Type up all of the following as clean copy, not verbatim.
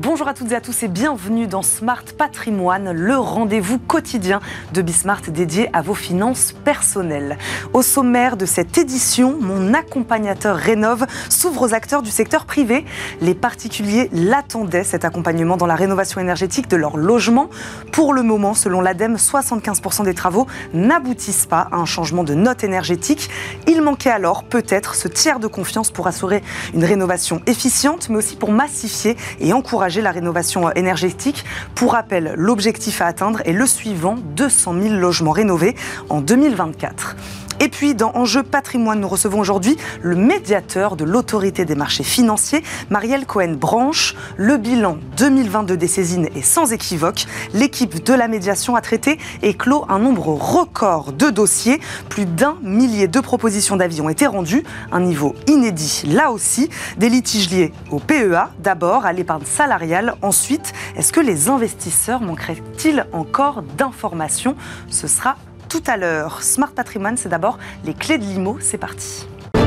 Bonjour à toutes et à tous et bienvenue dans Smart Patrimoine, le rendez-vous quotidien de Bismart dédié à vos finances personnelles. Au sommaire de cette édition, mon accompagnateur Rénov s'ouvre aux acteurs du secteur privé. Les particuliers l'attendaient, cet accompagnement dans la rénovation énergétique de leur logement. Pour le moment, selon l'ADEME, 75% des travaux n'aboutissent pas à un changement de note énergétique. Il manquait alors peut-être ce tiers de confiance pour assurer une rénovation efficiente, mais aussi pour massifier et encourager la rénovation énergétique. Pour rappel, l'objectif à atteindre est le suivant, 200 000 logements rénovés en 2024. Et puis, dans Enjeu Patrimoine, nous recevons aujourd'hui le médiateur de l'autorité des marchés financiers, Marielle Cohen-Branche. Le bilan 2022 des saisines est sans équivoque. L'équipe de la médiation a traité et clos un nombre record de dossiers. Plus d'1 millier de propositions d'avis ont été rendues. Un niveau inédit là aussi. Des litiges liés au PEA, d'abord à l'épargne salariale. Ensuite, est-ce que les investisseurs manqueraient-ils encore d'informations ? Ce sera tout à l'heure. Smart Patrimoine, c'est d'abord les clés de l'IMO. C'est parti.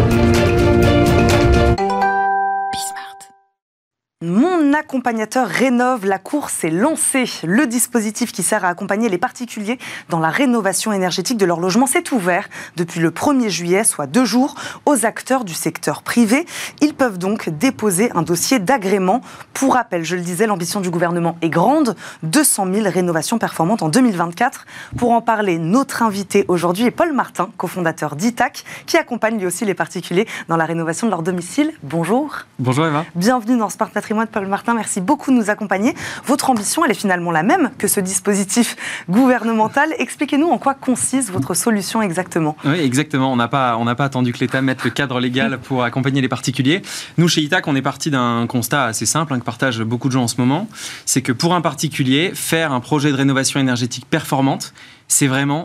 Mon accompagnateur Rénov, la course est lancée. Le dispositif qui sert à accompagner les particuliers dans la rénovation énergétique de leur logement s'est ouvert depuis le 1er juillet, soit 2 jours, aux acteurs du secteur privé. Ils peuvent donc déposer un dossier d'agrément. Pour rappel, je le disais, l'ambition du gouvernement est grande. 200 000 rénovations performantes en 2024. Pour en parler, notre invité aujourd'hui est Paul Martin, cofondateur d'Itac, qui accompagne lui aussi les particuliers dans la rénovation de leur domicile. Bonjour. Bonjour Eva. Bienvenue dans Smart Patrimoine. Paul Martin, merci beaucoup de nous accompagner. Votre ambition, elle est finalement la même que ce dispositif gouvernemental. Expliquez-nous en quoi consiste votre solution exactement. Oui, exactement. On n'a pas attendu que l'État mette le cadre légal pour accompagner les particuliers. Nous, chez Itac, on est parti d'un constat assez simple, que partagent beaucoup de gens en ce moment. C'est que pour un particulier, faire un projet de rénovation énergétique performante, c'est vraiment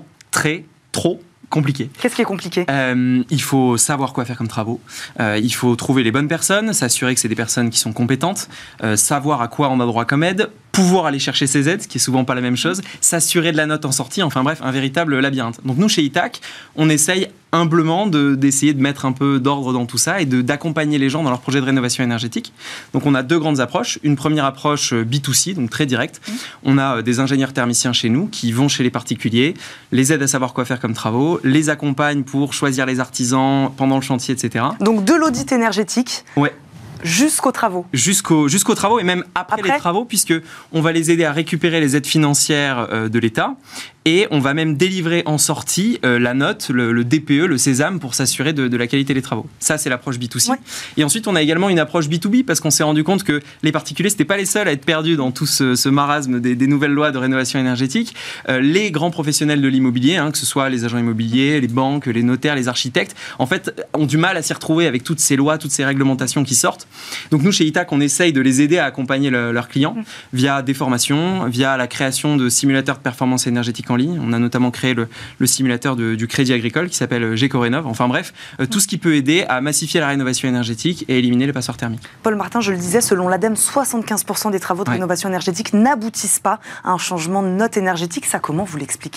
trop compliqué. Qu'est-ce qui est compliqué ? Il faut savoir quoi faire comme travaux. Il faut trouver les bonnes personnes, s'assurer que c'est des personnes qui sont compétentes, savoir à quoi on a droit comme aide, pouvoir aller chercher ses aides, ce qui est souvent pas la même chose, s'assurer de la note en sortie, enfin bref, un véritable labyrinthe. Donc nous, chez Itac, on essaye humblement d'essayer de mettre un peu d'ordre dans tout ça et d'accompagner les gens dans leur projet de rénovation énergétique. Donc on a 2 grandes approches. Une première approche B2C, donc très directe. On a des ingénieurs thermiciens chez nous qui vont chez les particuliers, les aident à savoir quoi faire comme travaux, les accompagnent pour choisir les artisans pendant le chantier, etc. Donc de l'audit énergétique. Ouais. Jusqu'aux travaux. Jusqu'aux travaux et même après les travaux, puisqu'on va les aider à récupérer les aides financières de l'État et on va même délivrer en sortie la note, le DPE, le Sésame, pour s'assurer de la qualité des travaux. Ça, c'est l'approche B2C. Ouais. Et ensuite, on a également une approche B2B parce qu'on s'est rendu compte que les particuliers, c'était pas les seuls à être perdus dans tout ce marasme des nouvelles lois de rénovation énergétique. Les grands professionnels de l'immobilier, que ce soit les agents immobiliers, les banques, les notaires, les architectes, en fait, ont du mal à s'y retrouver avec toutes ces lois, toutes ces réglementations qui sortent. Donc nous, chez Itac, on essaye de les aider à accompagner leurs clients via des formations, via la création de simulateurs de performance énergétique en ligne. On a notamment créé le simulateur du Crédit Agricole qui s'appelle GECO-Rénov. Enfin bref, tout ce qui peut aider à massifier la rénovation énergétique et éliminer les passoires thermiques. Paul Martin, je le disais, selon l'ADEME, 75% des travaux de rénovation énergétique n'aboutissent pas à un changement de note énergétique. Ça, comment vous l'expliquez ?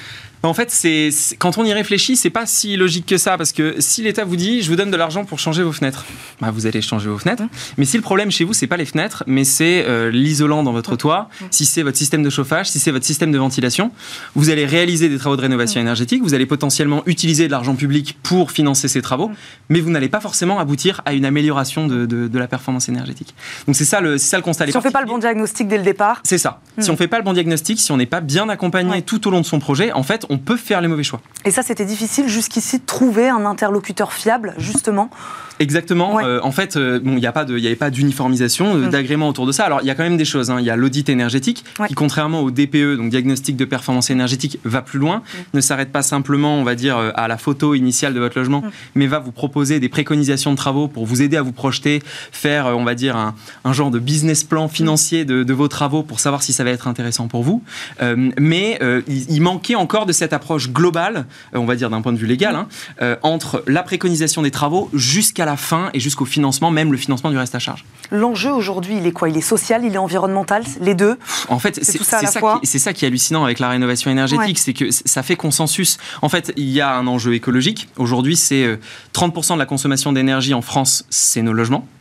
En fait, quand on y réfléchit, c'est pas si logique que ça, parce que si l'État vous dit « je vous donne de l'argent pour changer vos fenêtres », vous allez changer vos fenêtres. Mais si le problème chez vous, c'est pas les fenêtres, mais c'est l'isolant dans votre toit, si c'est votre système de chauffage, si c'est votre système de ventilation, vous allez réaliser des travaux de rénovation énergétique, vous allez potentiellement utiliser de l'argent public pour financer ces travaux, mais vous n'allez pas forcément aboutir à une amélioration de la performance énergétique. Donc c'est ça le constat. Si on ne fait pas le bon diagnostic dès le départ. C'est ça. Si on ne fait pas le bon diagnostic, si on n'est pas bien accompagné tout au long de son projet, en fait, on peut faire les mauvais choix. Et ça, c'était difficile jusqu'ici de trouver un interlocuteur fiable, justement. Exactement. Ouais. En fait, il n'y avait pas d'uniformisation, d'agrément autour de ça. Alors, il y a quand même des choses. Il y a l'audit énergétique qui, contrairement au DPE, donc diagnostic de performance énergétique, va plus loin, ne s'arrête pas simplement, on va dire, à la photo initiale de votre logement, mais va vous proposer des préconisations de travaux pour vous aider à vous projeter, faire, on va dire, un genre de business plan financier de vos travaux pour savoir si ça va être intéressant pour vous. Mais il manquait encore de cette approche globale, on va dire d'un point de vue légal, entre la préconisation des travaux jusqu'à la fin et jusqu'au financement, même le financement du reste à charge. L'enjeu aujourd'hui, il est quoi ? Il est social, il est environnemental, les deux ? En fait, c'est ça qui est hallucinant avec la rénovation énergétique, c'est que ça fait consensus. En fait, il y a un enjeu écologique. Aujourd'hui, c'est 30% de la consommation d'énergie en France, c'est nos logements.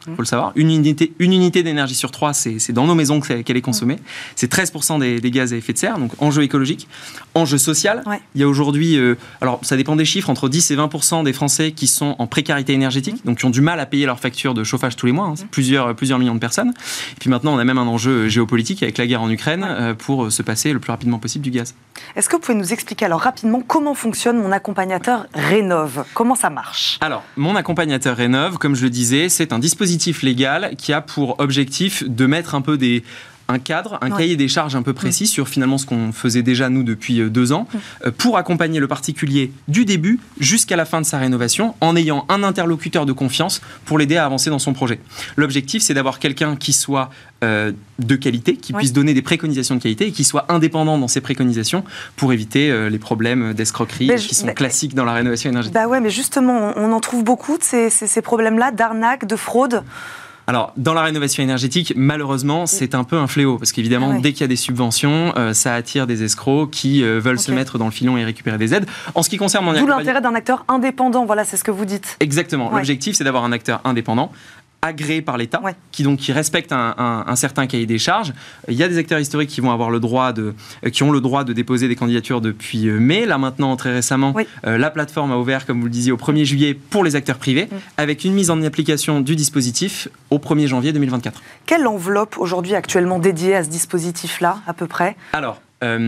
il faut le savoir. Une unité d'énergie sur 3, c'est dans nos maisons qu'elle est consommée. C'est 13% des gaz à effet de serre, donc enjeu écologique. Enjeu social, il y a aujourd'hui, alors ça dépend des chiffres, entre 10 et 20% des Français qui sont en précarité énergétique, donc qui ont du mal à payer leur facture de chauffage tous les mois, c'est plusieurs millions de personnes. Et puis maintenant, on a même un enjeu géopolitique avec la guerre en Ukraine pour se passer le plus rapidement possible du gaz. Est-ce que vous pouvez nous expliquer alors rapidement comment fonctionne mon accompagnateur Rénov'? Comment ça marche? Alors, mon accompagnateur Rénov', comme je le disais, c'est un dispositif légal qui a pour objectif de mettre un peu un cadre, un cahier des charges un peu précis sur finalement ce qu'on faisait déjà nous depuis 2 ans pour accompagner le particulier du début jusqu'à la fin de sa rénovation en ayant un interlocuteur de confiance pour l'aider à avancer dans son projet. L'objectif, c'est d'avoir quelqu'un qui soit de qualité, qui puisse donner des préconisations de qualité et qui soit indépendant dans ses préconisations pour éviter les problèmes d'escroquerie qui sont classiques dans la rénovation énergétique. Bah ouais, mais justement, on en trouve beaucoup de ces problèmes-là, d'arnaque, de fraude. Alors, dans la rénovation énergétique, malheureusement, c'est un peu un fléau. Parce qu'évidemment, dès qu'il y a des subventions, ça attire des escrocs qui veulent se mettre dans le filon et récupérer des aides. En ce qui concerne mon accompagnateur... D'où l'intérêt d'un acteur indépendant, voilà, c'est ce que vous dites. Exactement. L'objectif, c'est d'avoir un acteur indépendant, agréé par l'État, qui respecte un certain cahier des charges. Il y a des acteurs historiques qui ont le droit de déposer des candidatures depuis mai. Là maintenant, très récemment, la plateforme a ouvert, comme vous le disiez, au 1er juillet pour les acteurs privés, avec une mise en application du dispositif au 1er janvier 2024. Quelle enveloppe aujourd'hui actuellement dédiée à ce dispositif-là, à peu près? Alors,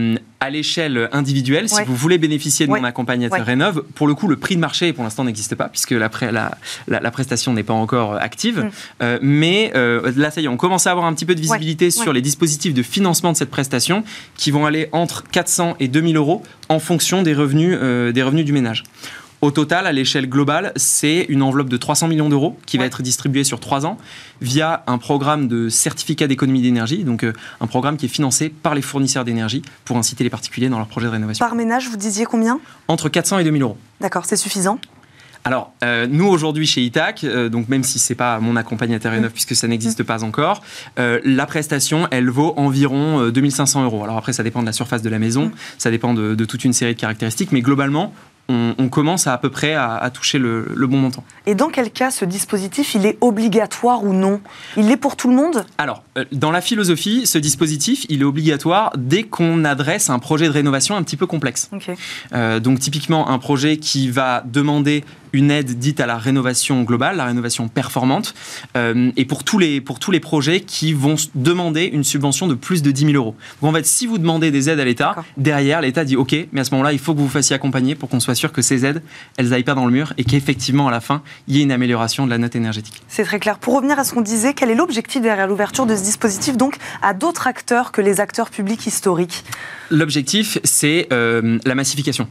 à l'échelle individuelle, si vous voulez bénéficier de mon accompagnateur Rénov', pour le coup, le prix de marché, pour l'instant, n'existe pas, puisque la prestation n'est pas encore active. Mais là, ça y est, on commence à avoir un petit peu de visibilité sur les dispositifs de financement de cette prestation, qui vont aller entre 400 et 2000 euros en fonction des revenus du ménage. Au total, à l'échelle globale, c'est une enveloppe de 300 millions d'euros qui va être distribuée sur 3 ans via un programme de certificat d'économie d'énergie, donc un programme qui est financé par les fournisseurs d'énergie pour inciter les particuliers dans leur projet de rénovation. Par ménage, vous disiez combien? Entre 400 et 2000 euros. D'accord, c'est suffisant? Alors, nous aujourd'hui chez Itac, donc même si c'est pas mon accompagnateur Rénov' puisque ça n'existe pas encore, la prestation, elle vaut environ 2500 euros. Alors après, ça dépend de la surface de la maison, ça dépend de toute une série de caractéristiques, mais globalement, on commence à peu près à toucher le bon montant. Et dans quel cas ce dispositif, il est obligatoire ou non? Il l'est pour tout le monde? Alors, dans la philosophie, ce dispositif, il est obligatoire dès qu'on adresse un projet de rénovation un petit peu complexe. Donc typiquement, un projet qui va demander une aide dite à la rénovation globale, la rénovation performante, et pour tous les projets qui vont demander une subvention de plus de 10 000 euros. Donc en fait, si vous demandez des aides à l'État, derrière, l'État dit OK, mais à ce moment-là, il faut que vous vous fassiez accompagner pour qu'on soit sûr que ces aides, elles n'aillent pas dans le mur et qu'effectivement, à la fin, il y ait une amélioration de la note énergétique. C'est très clair. Pour revenir à ce qu'on disait, quel est l'objectif derrière l'ouverture de ce dispositif, donc, à d'autres acteurs que les acteurs publics historiques? L'objectif, c'est la massification.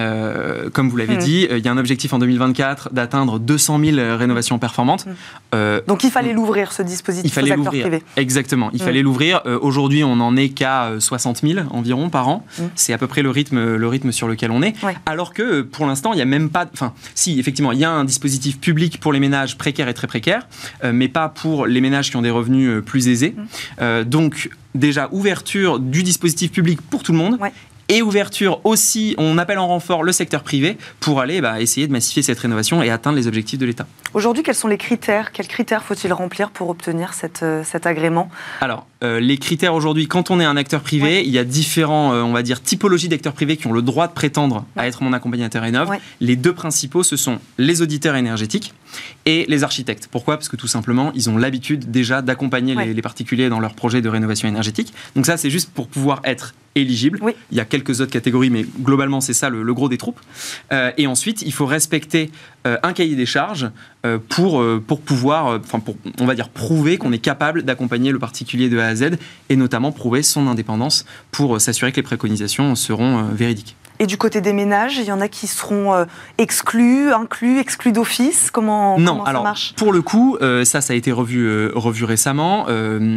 Comme vous l'avez dit, il y a un objectif en 2024 d'atteindre 200 000 rénovations performantes. Donc il fallait l'ouvrir, ce dispositif, aux acteurs privés. Exactement, il fallait l'ouvrir. Aujourd'hui, on n'en est qu'à 60 000 environ par an. C'est à peu près le rythme sur lequel on est. Alors que pour l'instant, il n'y a même pas... Enfin, si, effectivement, il y a un dispositif public pour les ménages précaires et très précaires, mais pas pour les ménages qui ont des revenus plus aisés. Donc, déjà, ouverture du dispositif public pour tout le monde. Et ouverture aussi, on appelle en renfort le secteur privé pour aller essayer de massifier cette rénovation et atteindre les objectifs de l'État. Aujourd'hui, quels sont les critères? Quels critères faut-il remplir pour obtenir cet agrément? Alors, les critères aujourd'hui, quand on est un acteur privé, il y a différents, on va dire, typologies d'acteurs privés qui ont le droit de prétendre à être mon accompagnateur Rénov'. Les deux principaux, ce sont les auditeurs énergétiques et les architectes. Pourquoi? Parce que tout simplement, ils ont l'habitude déjà d'accompagner les particuliers dans leur projet de rénovation énergétique. Donc ça, c'est juste pour pouvoir être éligible. Il y a quelques autres catégories, mais globalement, c'est ça le gros des troupes. Et ensuite, il faut respecter un cahier des charges pour pouvoir, on va dire, prouver qu'on est capable d'accompagner le particulier de A à Z et notamment prouver son indépendance pour s'assurer que les préconisations seront véridiques. Et du côté des ménages, il y en a qui seront exclus d'office. Comment ça marche? Pour le coup, ça a été revu récemment.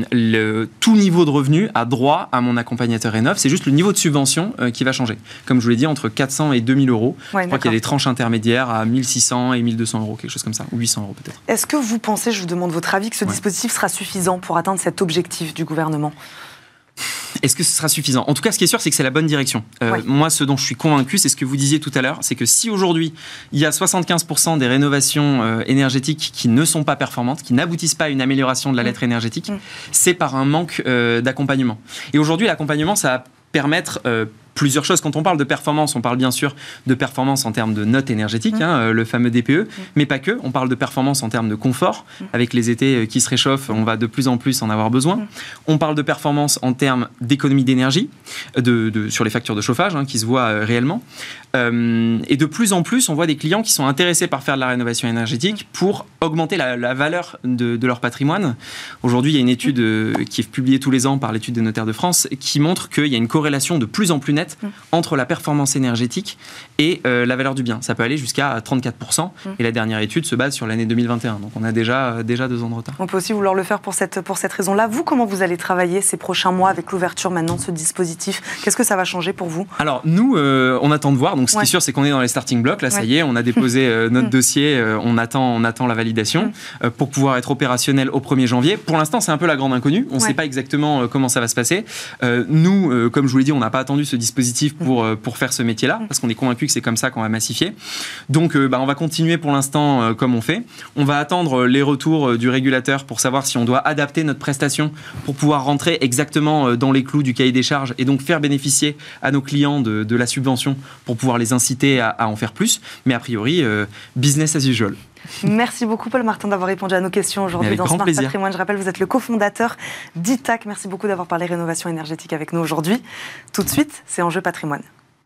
Tout niveau de revenu a droit à mon accompagnateur Rénov'. C'est juste le niveau de subvention qui va changer. Comme je vous l'ai dit, entre 400 et 2000 euros. Je crois qu'il y a des tranches intermédiaires à 1600 et 1200 euros, quelque chose comme ça, ou 800 euros peut-être. Est-ce que vous pensez, je vous demande votre avis, que ce dispositif sera suffisant pour atteindre cet objectif du gouvernement? Est-ce que ce sera suffisant ? En tout cas, ce qui est sûr, c'est que c'est la bonne direction. Moi, ce dont je suis convaincu, c'est ce que vous disiez tout à l'heure, c'est que si aujourd'hui, il y a 75% des rénovations énergétiques qui ne sont pas performantes, qui n'aboutissent pas à une amélioration de la lettre énergétique, c'est par un manque d'accompagnement. Et aujourd'hui, l'accompagnement, ça va permettre plusieurs choses. Quand on parle de performance, on parle bien sûr de performance en termes de notes énergétiques, le fameux DPE, mais pas que. On parle de performance en termes de confort. Avec les étés qui se réchauffent, on va de plus en plus en avoir besoin. On parle de performance en termes d'économie d'énergie, sur les factures de chauffage, qui se voient réellement. Et de plus en plus, on voit des clients qui sont intéressés par faire de la rénovation énergétique pour augmenter la valeur de leur patrimoine. Aujourd'hui, il y a une étude qui est publiée tous les ans par l'étude des notaires de France qui montre qu'il y a une corrélation de plus en plus nette entre la performance énergétique et la valeur du bien. Ça peut aller jusqu'à 34%. Et la dernière étude se base sur l'année 2021. Donc on a déjà 2 ans de retard. On peut aussi vouloir le faire pour cette raison-là. Vous, comment vous allez travailler ces prochains mois avec l'ouverture maintenant de ce dispositif ? Qu'est-ce que ça va changer pour vous ? Alors nous, on attend de voir. Donc ce qui est sûr, c'est qu'on est dans les starting blocks. Là, ça y est, on a déposé notre dossier. On attend la validation pour pouvoir être opérationnel au 1er janvier. Pour l'instant, c'est un peu la grande inconnue. On ne sait pas exactement comment ça va se passer. Nous, comme je vous l'ai dit, on n'a pas attendu ce dispositif pour faire ce métier-là, parce qu'on est convaincu que c'est comme ça qu'on va massifier. Donc, on va continuer pour l'instant comme on fait. On va attendre les retours du régulateur pour savoir si on doit adapter notre prestation pour pouvoir rentrer exactement dans les clous du cahier des charges et donc faire bénéficier à nos clients de la subvention pour pouvoir les inciter à en faire plus. Mais a priori, business as usual. Merci beaucoup Paul Martin d'avoir répondu à nos questions aujourd'hui dans Smart Patrimoine. Je rappelle, vous êtes le cofondateur d'Itac. Merci beaucoup d'avoir parlé rénovation énergétique avec nous aujourd'hui. Tout de suite, c'est Enjeu Patrimoine.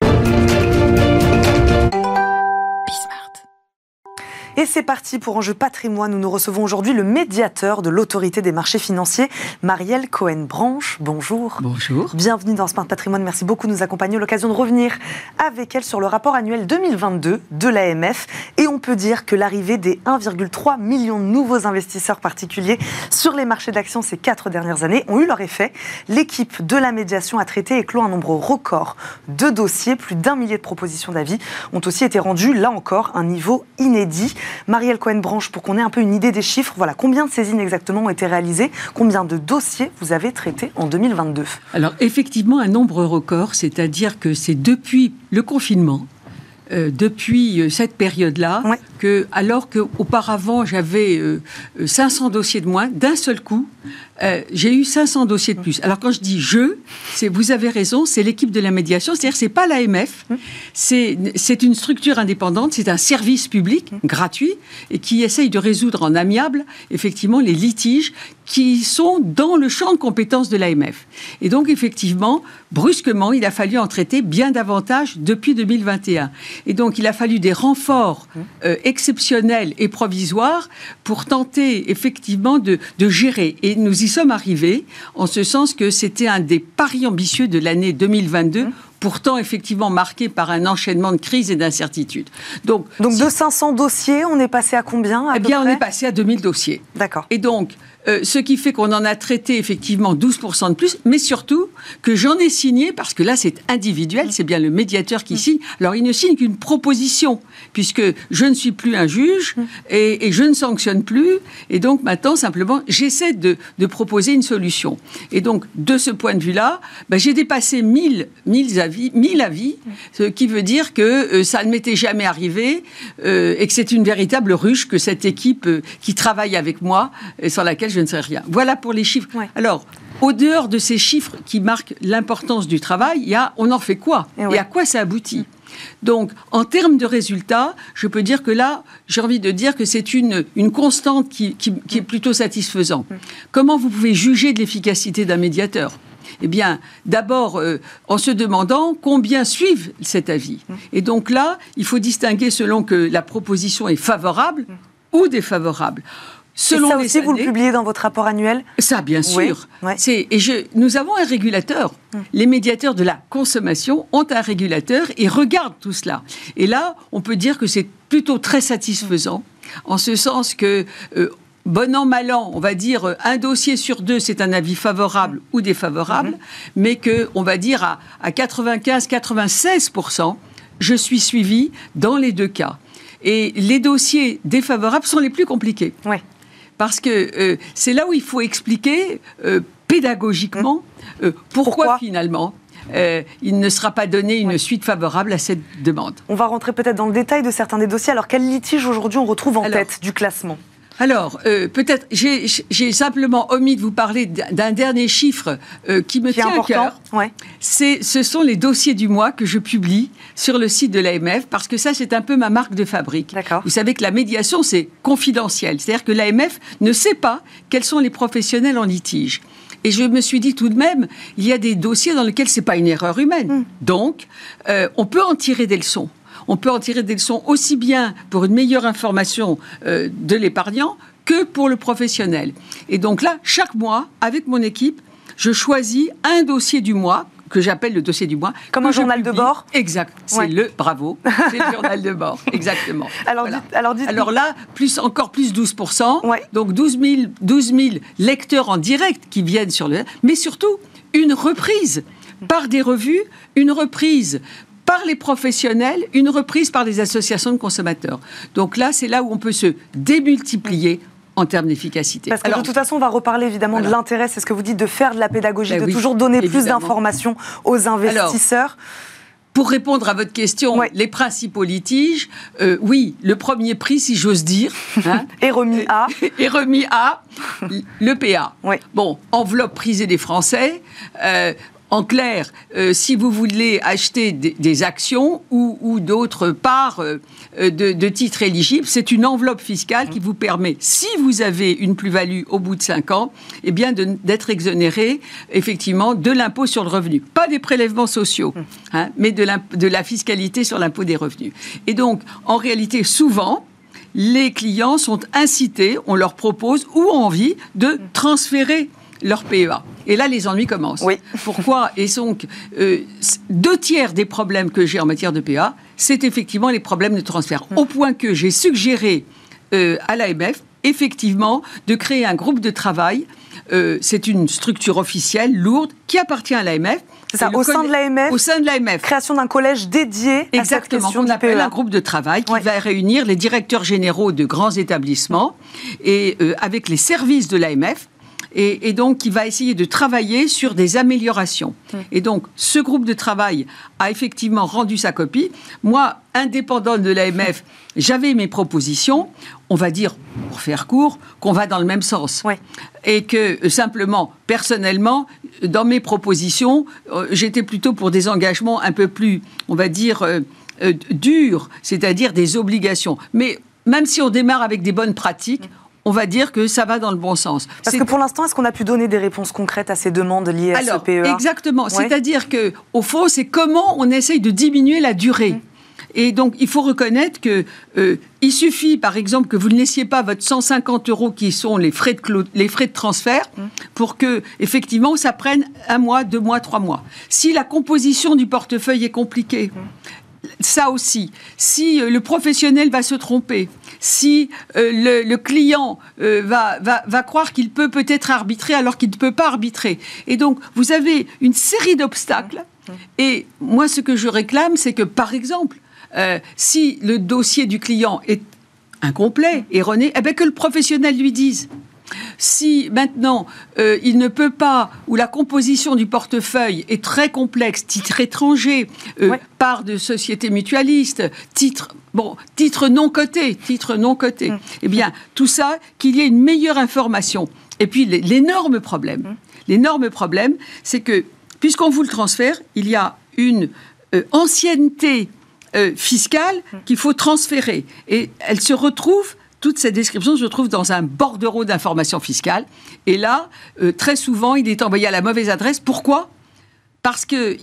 Et c'est parti pour Enjeu Patrimoine où nous recevons aujourd'hui le médiateur de l'autorité des marchés financiers, Marielle Cohen-Branche. Bonjour. Bonjour. Bienvenue dans Smart Patrimoine. Merci beaucoup de nous accompagner. L'occasion de revenir avec elle sur le rapport annuel 2022 de l'AMF. Et on peut dire que l'arrivée des 1,3 million de nouveaux investisseurs particuliers sur les marchés d'actions ces 4 dernières années ont eu leur effet. L'équipe de la médiation a traité et clos un nombre record de dossiers. Plus d'1 millier de propositions d'avis ont aussi été rendues, là encore, à un niveau inédit. Marielle Cohen-Branche, pour qu'on ait un peu une idée des chiffres, voilà, combien de saisines exactement ont été réalisées ? Combien de dossiers vous avez traités en 2022 ? Alors, effectivement, un nombre record, c'est-à-dire que c'est depuis le confinement, depuis cette période-là, que, alors qu'auparavant, j'avais 500 dossiers de moins, d'un seul coup, j'ai eu 500 dossiers de plus. Alors, quand je dis vous avez raison, c'est l'équipe de la médiation, c'est-à-dire c'est pas l'AMF, c'est une structure indépendante, c'est un service public gratuit et qui essaye de résoudre en amiable, effectivement, les litiges qui sont dans le champ de compétences de l'AMF. Et donc, effectivement, brusquement, il a fallu en traiter bien davantage depuis 2021. Et donc, il a fallu des renforts exceptionnels et provisoires pour tenter, effectivement, de gérer. Et nous y sommes arrivés, en ce sens que c'était un des paris ambitieux de l'année 2022, pourtant effectivement marqué par un enchaînement de crises et d'incertitudes. Donc de 500 dossiers, on est passé à combien à peu près ? On est passé à 2000 dossiers. D'accord. Et donc, ce qui fait qu'on en a traité effectivement 12% de plus, mais surtout que j'en ai signé, parce que là c'est individuel, c'est bien le médiateur qui signe. Alors il ne signe qu'une proposition, puisque je ne suis plus un juge et je ne sanctionne plus, et donc maintenant simplement j'essaie de proposer une solution. Et donc de ce point de vue-là, j'ai dépassé 1000 avis, ce qui veut dire que ça ne m'était jamais arrivé et que c'est une véritable ruche que cette équipe qui travaille avec moi, sans laquelle je ne sais rien. Voilà pour les chiffres. Ouais. Alors, au dehors de ces chiffres qui marquent l'importance du travail, il y a on en fait quoi et à quoi ça aboutit. Donc, en termes de résultats, je peux dire que là, j'ai envie de dire que c'est une constante qui est plutôt satisfaisante. Comment vous pouvez juger de l'efficacité d'un médiateur ? Eh bien, d'abord, en se demandant combien suivent cet avis. Et donc là, il faut distinguer selon que la proposition est favorable ou défavorable. Selon ça aussi, vous le publiez dans votre rapport annuel ? Ça, bien sûr. Oui. Nous avons un régulateur. Les médiateurs de la consommation ont un régulateur et regardent tout cela. Et là, on peut dire que c'est plutôt très satisfaisant, en ce sens que... bon an, mal an, on va dire 1 dossier sur 2, c'est un avis favorable ou défavorable, mais qu'on va dire à 95-96%, je suis suivi dans les 2 cas. Et les dossiers défavorables sont les plus compliqués. Oui. Parce que c'est là où il faut expliquer pédagogiquement pourquoi finalement il ne sera pas donné une suite favorable à cette demande. On va rentrer peut-être dans le détail de certains des dossiers. Alors, quel litige aujourd'hui on retrouve en tête du classement ? Alors, peut-être, j'ai simplement omis de vous parler d'un dernier chiffre qui me tient à cœur. Ouais. Ce sont les dossiers du mois que je publie sur le site de l'AMF, parce que ça, c'est un peu ma marque de fabrique. D'accord. Vous savez que la médiation, c'est confidentiel. C'est-à-dire que l'AMF ne sait pas quels sont les professionnels en litige. Et je me suis dit tout de même, il y a des dossiers dans lesquels ce n'est pas une erreur humaine. Donc, on peut en tirer des leçons. On peut en tirer des leçons aussi bien pour une meilleure information de l'épargnant que pour le professionnel. Et donc là, chaque mois, avec mon équipe, je choisis un dossier du mois que j'appelle le dossier du mois. Comme un journal de bord ? Exact. C'est bravo, c'est le journal de bord, exactement. Alors, voilà. Alors là, encore plus 12%, donc 12 000 lecteurs en direct qui viennent sur le... Mais surtout, une reprise par des revues, une reprise par les professionnels, une reprise par les associations de consommateurs. Donc là, c'est là où on peut se démultiplier en termes d'efficacité. Parce que de toute façon, on va reparler évidemment de l'intérêt, c'est ce que vous dites, de faire de la pédagogie, toujours donner plus d'informations aux investisseurs. Pour répondre à votre question, les principaux litiges, oui, le premier prix, si j'ose dire, est remis à le PA. Bon, enveloppe prisée des Français. En clair, si vous voulez acheter des actions ou d'autres parts de titres éligibles, c'est une enveloppe fiscale qui vous permet, si vous avez une plus-value au bout de 5 ans, eh bien d'être exonéré effectivement de l'impôt sur le revenu. Pas des prélèvements sociaux, mais de la fiscalité sur l'impôt des revenus. Et donc, en réalité, souvent, les clients sont incités, on leur propose ou ont envie de transférer leur PEA. Et là, les ennuis commencent. Pourquoi ? Et donc, 2/3 des problèmes que j'ai en matière de PEA, c'est effectivement les problèmes de transfert. Au point que j'ai suggéré à l'AMF, effectivement, de créer un groupe de travail. C'est une structure officielle, lourde, qui appartient à l'AMF. C'est ça, au sein de l'AMF. Au sein de l'AMF. Création d'un collège dédié à cette question on appelle un groupe de travail qui va réunir les directeurs généraux de grands établissements et avec les services de l'AMF. Et donc, qui va essayer de travailler sur des améliorations. Et donc, ce groupe de travail a effectivement rendu sa copie. Moi, indépendant de l'AMF, j'avais mes propositions. On va dire, pour faire court, qu'on va dans le même sens. Et que, simplement, personnellement, dans mes propositions, j'étais plutôt pour des engagements un peu plus, on va dire, durs, c'est-à-dire des obligations. Mais même si on démarre avec des bonnes pratiques, on va dire que ça va dans le bon sens. Parce que pour l'instant, est-ce qu'on a pu donner des réponses concrètes à ces demandes liées à ce PEA ? Exactement. C'est-à-dire qu'au fond, c'est comment on essaye de diminuer la durée. Et donc, il faut reconnaître qu'il suffit, par exemple, que vous ne laissiez pas votre 150 € qui sont les frais de transfert pour que, effectivement, ça prenne 1 mois, 2 mois, 3 mois. Si la composition du portefeuille est compliquée, ça aussi, si le professionnel va se tromper, si le client va croire qu'il peut peut-être arbitrer alors qu'il ne peut pas arbitrer. Et donc, vous avez une série d'obstacles. Et moi, ce que je réclame, c'est que, par exemple, si le dossier du client est incomplet, erroné, eh bien, que le professionnel lui dise. Si maintenant il ne peut pas, ou la composition du portefeuille est très complexe, titre étranger, part de sociétés mutualistes, titre non coté, eh bien tout ça, qu'il y ait une meilleure information. Et puis l'énorme problème, c'est que puisqu'on vous le transfère, il y a une ancienneté fiscale qu'il faut transférer, et elle se retrouve. Toute cette description se trouve dans un bordereau d'informations fiscales. Et là, très souvent, il est envoyé à la mauvaise adresse. Pourquoi ? Parce que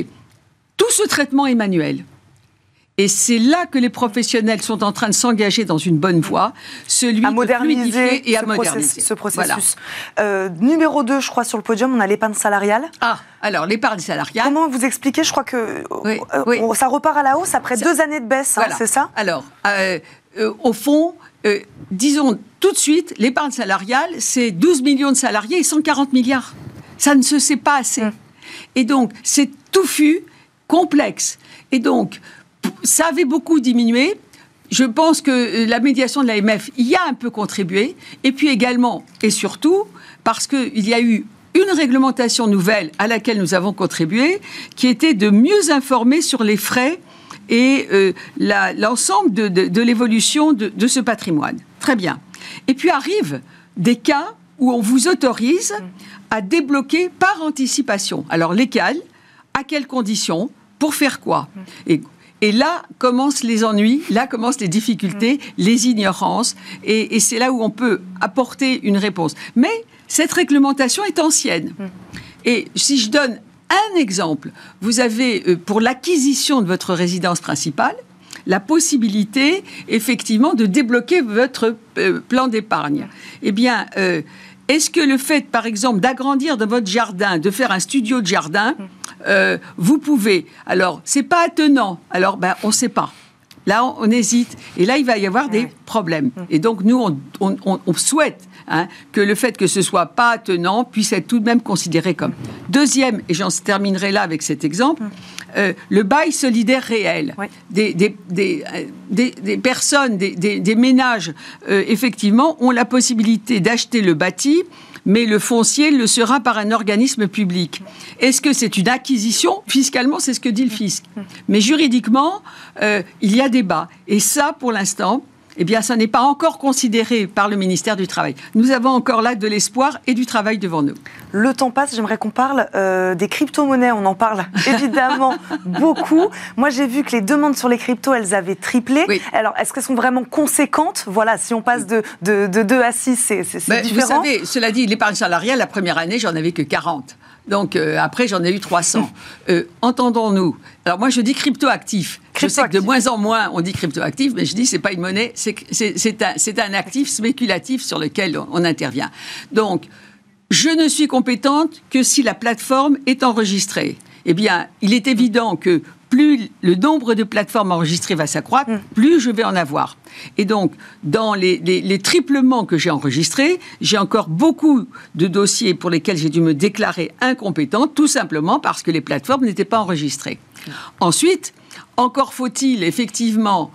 tout ce traitement est manuel. Et c'est là que les professionnels sont en train de s'engager dans une bonne voie, celui à moderniser et à moderniser ce processus. Voilà. Numéro 2, je crois, sur le podium, on a l'épargne salariale. Alors l'épargne salariale. Comment vous expliquez ? Je crois que ça repart à la hausse après 2 années de baisse, voilà. C'est ça ? Alors, au fond, disons tout de suite, l'épargne salariale, c'est 12 millions de salariés et 140 milliards. Ça ne se sait pas assez. Et donc, c'est touffu, complexe. Et donc, ça avait beaucoup diminué. Je pense que la médiation de l'AMF y a un peu contribué. Et puis également, et surtout, parce qu'il y a eu une réglementation nouvelle à laquelle nous avons contribué, qui était de mieux informer sur les frais et l'ensemble de l'évolution de ce patrimoine. Très bien. Et puis arrivent des cas où on vous autorise à débloquer par anticipation. Alors lesquels, à quelles conditions, pour faire quoi ? Et là commencent les ennuis, là commencent les difficultés, les ignorances, et c'est là où on peut apporter une réponse. Mais cette réglementation est ancienne. Et si je donne un exemple, vous avez, pour l'acquisition de votre résidence principale, la possibilité, effectivement, de débloquer votre plan d'épargne. Eh bien, est-ce que le fait, par exemple, d'agrandir dans votre jardin, de faire un studio de jardin, vous pouvez... Alors, c'est pas attenant. Alors, on ne sait pas. Là, on hésite. Et là, il va y avoir des problèmes. Et donc, nous, on souhaite que le fait que ce soit pas attenant puisse être tout de même considéré comme. Deuxième, et j'en terminerai là avec cet exemple, le bail solidaire réel. Des personnes, des ménages, effectivement, ont la possibilité d'acheter le bâti, mais le foncier le sera par un organisme public. Est-ce que c'est une acquisition ? Fiscalement, c'est ce que dit le fisc. Mais juridiquement, il y a débat. Et ça, pour l'instant, eh bien, ça n'est pas encore considéré par le ministère du Travail. Nous avons encore là de l'espoir et du travail devant nous. Le temps passe, j'aimerais qu'on parle des crypto-monnaies. On en parle évidemment beaucoup. Moi, j'ai vu que les demandes sur les cryptos, elles avaient triplé. Oui. Alors, est-ce qu'elles sont vraiment conséquentes ? Voilà, si on passe de 2 à 6, c'est différent. Vous savez, cela dit, l'épargne salariale, la première année, j'en avais que 40. Donc, après, j'en ai eu 300. Entendons-nous. Alors, moi, je dis crypto-actif. Je sais que de moins en moins, on dit crypto-actif, mais je dis que ce n'est pas une monnaie, c'est un actif spéculatif sur lequel on intervient. Donc, je ne suis compétente que si la plateforme est enregistrée. Eh bien, il est évident que plus le nombre de plateformes enregistrées va s'accroître, plus je vais en avoir. Et donc, dans les triplements que j'ai enregistrés, j'ai encore beaucoup de dossiers pour lesquels j'ai dû me déclarer incompétente, tout simplement parce que les plateformes n'étaient pas enregistrées. Ensuite, encore faut-il effectivement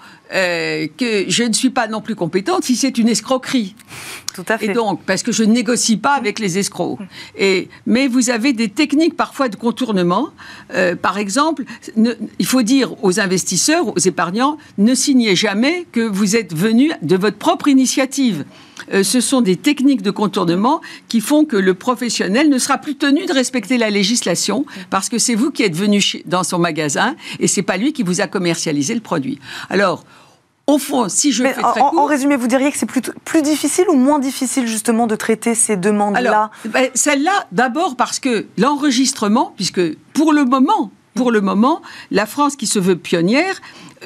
que je ne suis pas non plus compétente si c'est une escroquerie. Tout à fait. Et donc, parce que je ne négocie pas avec les escrocs. Mais vous avez des techniques parfois de contournement. Par exemple, il faut dire aux investisseurs, aux épargnants, ne signez jamais que vous êtes venu de votre propre initiative. Ce sont des techniques de contournement qui font que le professionnel ne sera plus tenu de respecter la législation parce que c'est vous qui êtes venu dans son magasin et c'est pas lui qui vous a commercialisé le produit. Alors, au fond, si je fais très court... En résumé, vous diriez que c'est plus difficile ou moins difficile justement de traiter ces demandes-là ? Alors, celle-là, d'abord parce que l'enregistrement, puisque pour le moment, la France qui se veut pionnière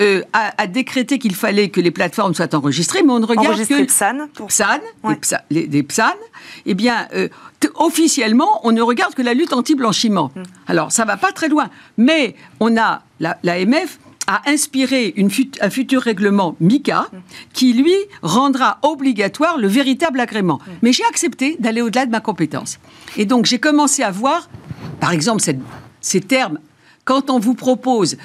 a décrété qu'il fallait que les plateformes soient enregistrées, mais on ne regarde que PSAN, des PSAN. Eh bien, officiellement, on ne regarde que la lutte anti-blanchiment. Alors, ça ne va pas très loin, mais on a l'AMF a inspiré un futur règlement MICA qui, lui, rendra obligatoire le véritable agrément. Mais j'ai accepté d'aller au-delà de ma compétence. Et donc, j'ai commencé à voir, par exemple, ces termes. Quand on vous propose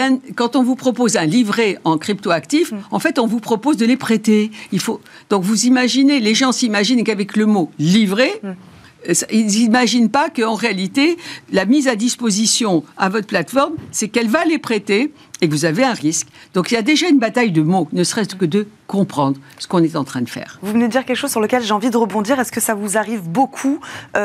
un livret en cryptoactif, en fait, on vous propose de les prêter. Donc, vous imaginez, les gens s'imaginent qu'avec le mot livret, ils n'imaginent pas qu'en réalité, la mise à disposition à votre plateforme, c'est qu'elle va les prêter et que vous avez un risque. Donc, il y a déjà une bataille de mots, ne serait-ce que de comprendre ce qu'on est en train de faire. Vous venez de dire quelque chose sur lequel j'ai envie de rebondir. Est-ce que ça vous arrive beaucoup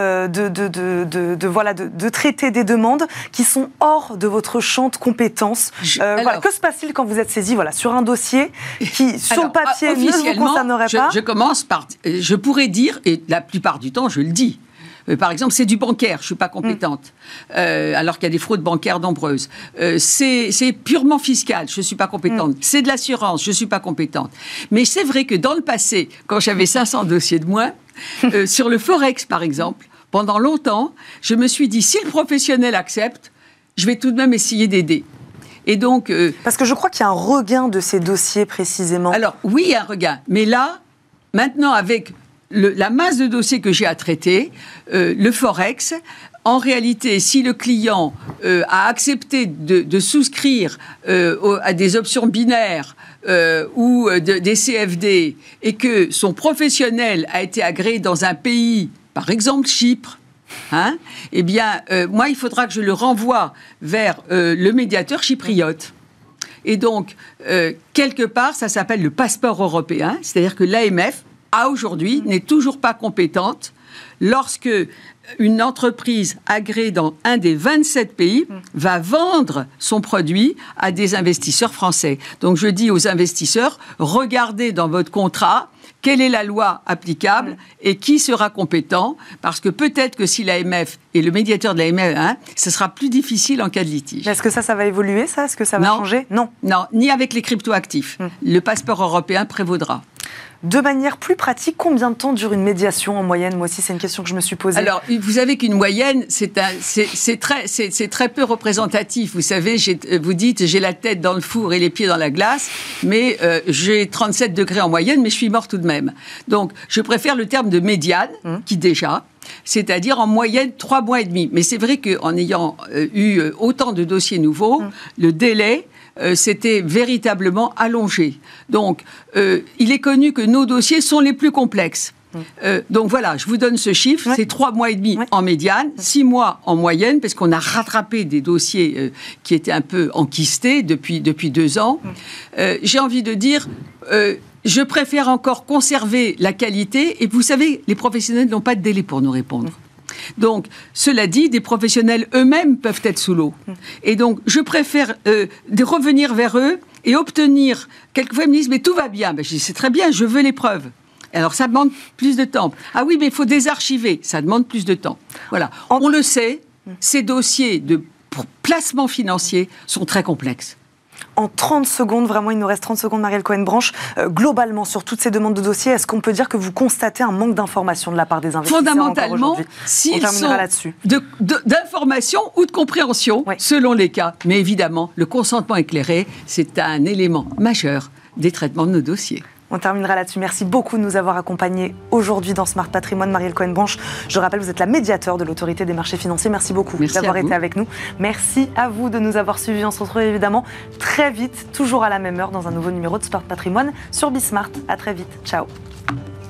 de traiter des demandes qui sont hors de votre champ de compétences que se passe-t-il quand vous êtes saisi sur un dossier qui, sur le papier, ne vous concernerait pas ? Je commence par... Je pourrais dire, et la plupart du temps, je le dis, par exemple, c'est du bancaire, je ne suis pas compétente, alors qu'il y a des fraudes bancaires nombreuses. C'est purement fiscal, je ne suis pas compétente. C'est de l'assurance, je ne suis pas compétente. Mais c'est vrai que dans le passé, quand j'avais 500 dossiers de moins, sur le Forex, par exemple, pendant longtemps, je me suis dit, si le professionnel accepte, je vais tout de même essayer d'aider. Et donc, parce que je crois qu'il y a un regain de ces dossiers, précisément. Alors, oui, il y a un regain. Mais là, maintenant, avec... la masse de dossiers que j'ai à traiter, le Forex, en réalité, si le client a accepté de souscrire à des options binaires ou des CFD et que son professionnel a été agréé dans un pays, par exemple Chypre, eh bien, moi, il faudra que je le renvoie vers le médiateur chypriote. Et donc, quelque part, ça s'appelle le passeport européen, c'est-à-dire que l'AMF, à aujourd'hui, n'est toujours pas compétente lorsque une entreprise agréée dans un des 27 pays va vendre son produit à des investisseurs français. Donc, je dis aux investisseurs, regardez dans votre contrat quelle est la loi applicable et qui sera compétent, parce que peut-être que si l'AMF est le médiateur de l'AMF, ce sera plus difficile en cas de litige. Est-ce que ça va évoluer, ça ? Est-ce que ça va changer ? Non, ni avec les cryptoactifs. Le passeport européen prévaudra. De manière plus pratique, combien de temps dure une médiation en moyenne ? Moi aussi, c'est une question que je me suis posée. Alors, vous savez qu'une moyenne, c'est très peu représentatif. Vous savez, vous dites, j'ai la tête dans le four et les pieds dans la glace, mais j'ai 37 degrés en moyenne, mais je suis mort tout de même. Donc, je préfère le terme de médiane, qui déjà... c'est-à-dire en moyenne 3 mois et demi. Mais c'est vrai qu'en ayant eu autant de dossiers nouveaux, le délai... c'était véritablement allongé. Donc, il est connu que nos dossiers sont les plus complexes. Donc voilà, je vous donne ce chiffre, c'est 3 mois et demi en médiane, 6 mois en moyenne, parce qu'on a rattrapé des dossiers qui étaient un peu enquistés depuis 2 ans. J'ai envie de dire... je préfère encore conserver la qualité, et vous savez, les professionnels n'ont pas de délai pour nous répondre. Donc, cela dit, des professionnels eux-mêmes peuvent être sous l'eau. Et donc, je préfère de revenir vers eux et obtenir... Quelquefois, ils me disent, mais tout va bien. Ben, je dis, c'est très bien, je veux les preuves. Alors, ça demande plus de temps. Ah oui, mais il faut désarchiver. Ça demande plus de temps. Voilà. On le sait, ces dossiers de placement financier sont très complexes. En 30 secondes, vraiment, il nous reste 30 secondes, Marielle Cohen-Branche. Globalement, sur toutes ces demandes de dossiers, est-ce qu'on peut dire que vous constatez un manque d'information de la part des investisseurs? Fondamentalement, s'ils sont d'information ou de compréhension, selon les cas. Mais évidemment, le consentement éclairé, c'est un élément majeur des traitements de nos dossiers. On terminera là-dessus. Merci beaucoup de nous avoir accompagnés aujourd'hui dans Smart Patrimoine. Marielle Cohen-Branche, je rappelle, vous êtes la médiateur de l'autorité des marchés financiers. Merci beaucoup d'avoir été avec nous. Merci à vous de nous avoir suivis. On se retrouve évidemment très vite, toujours à la même heure, dans un nouveau numéro de Smart Patrimoine sur Bismart. À très vite. Ciao.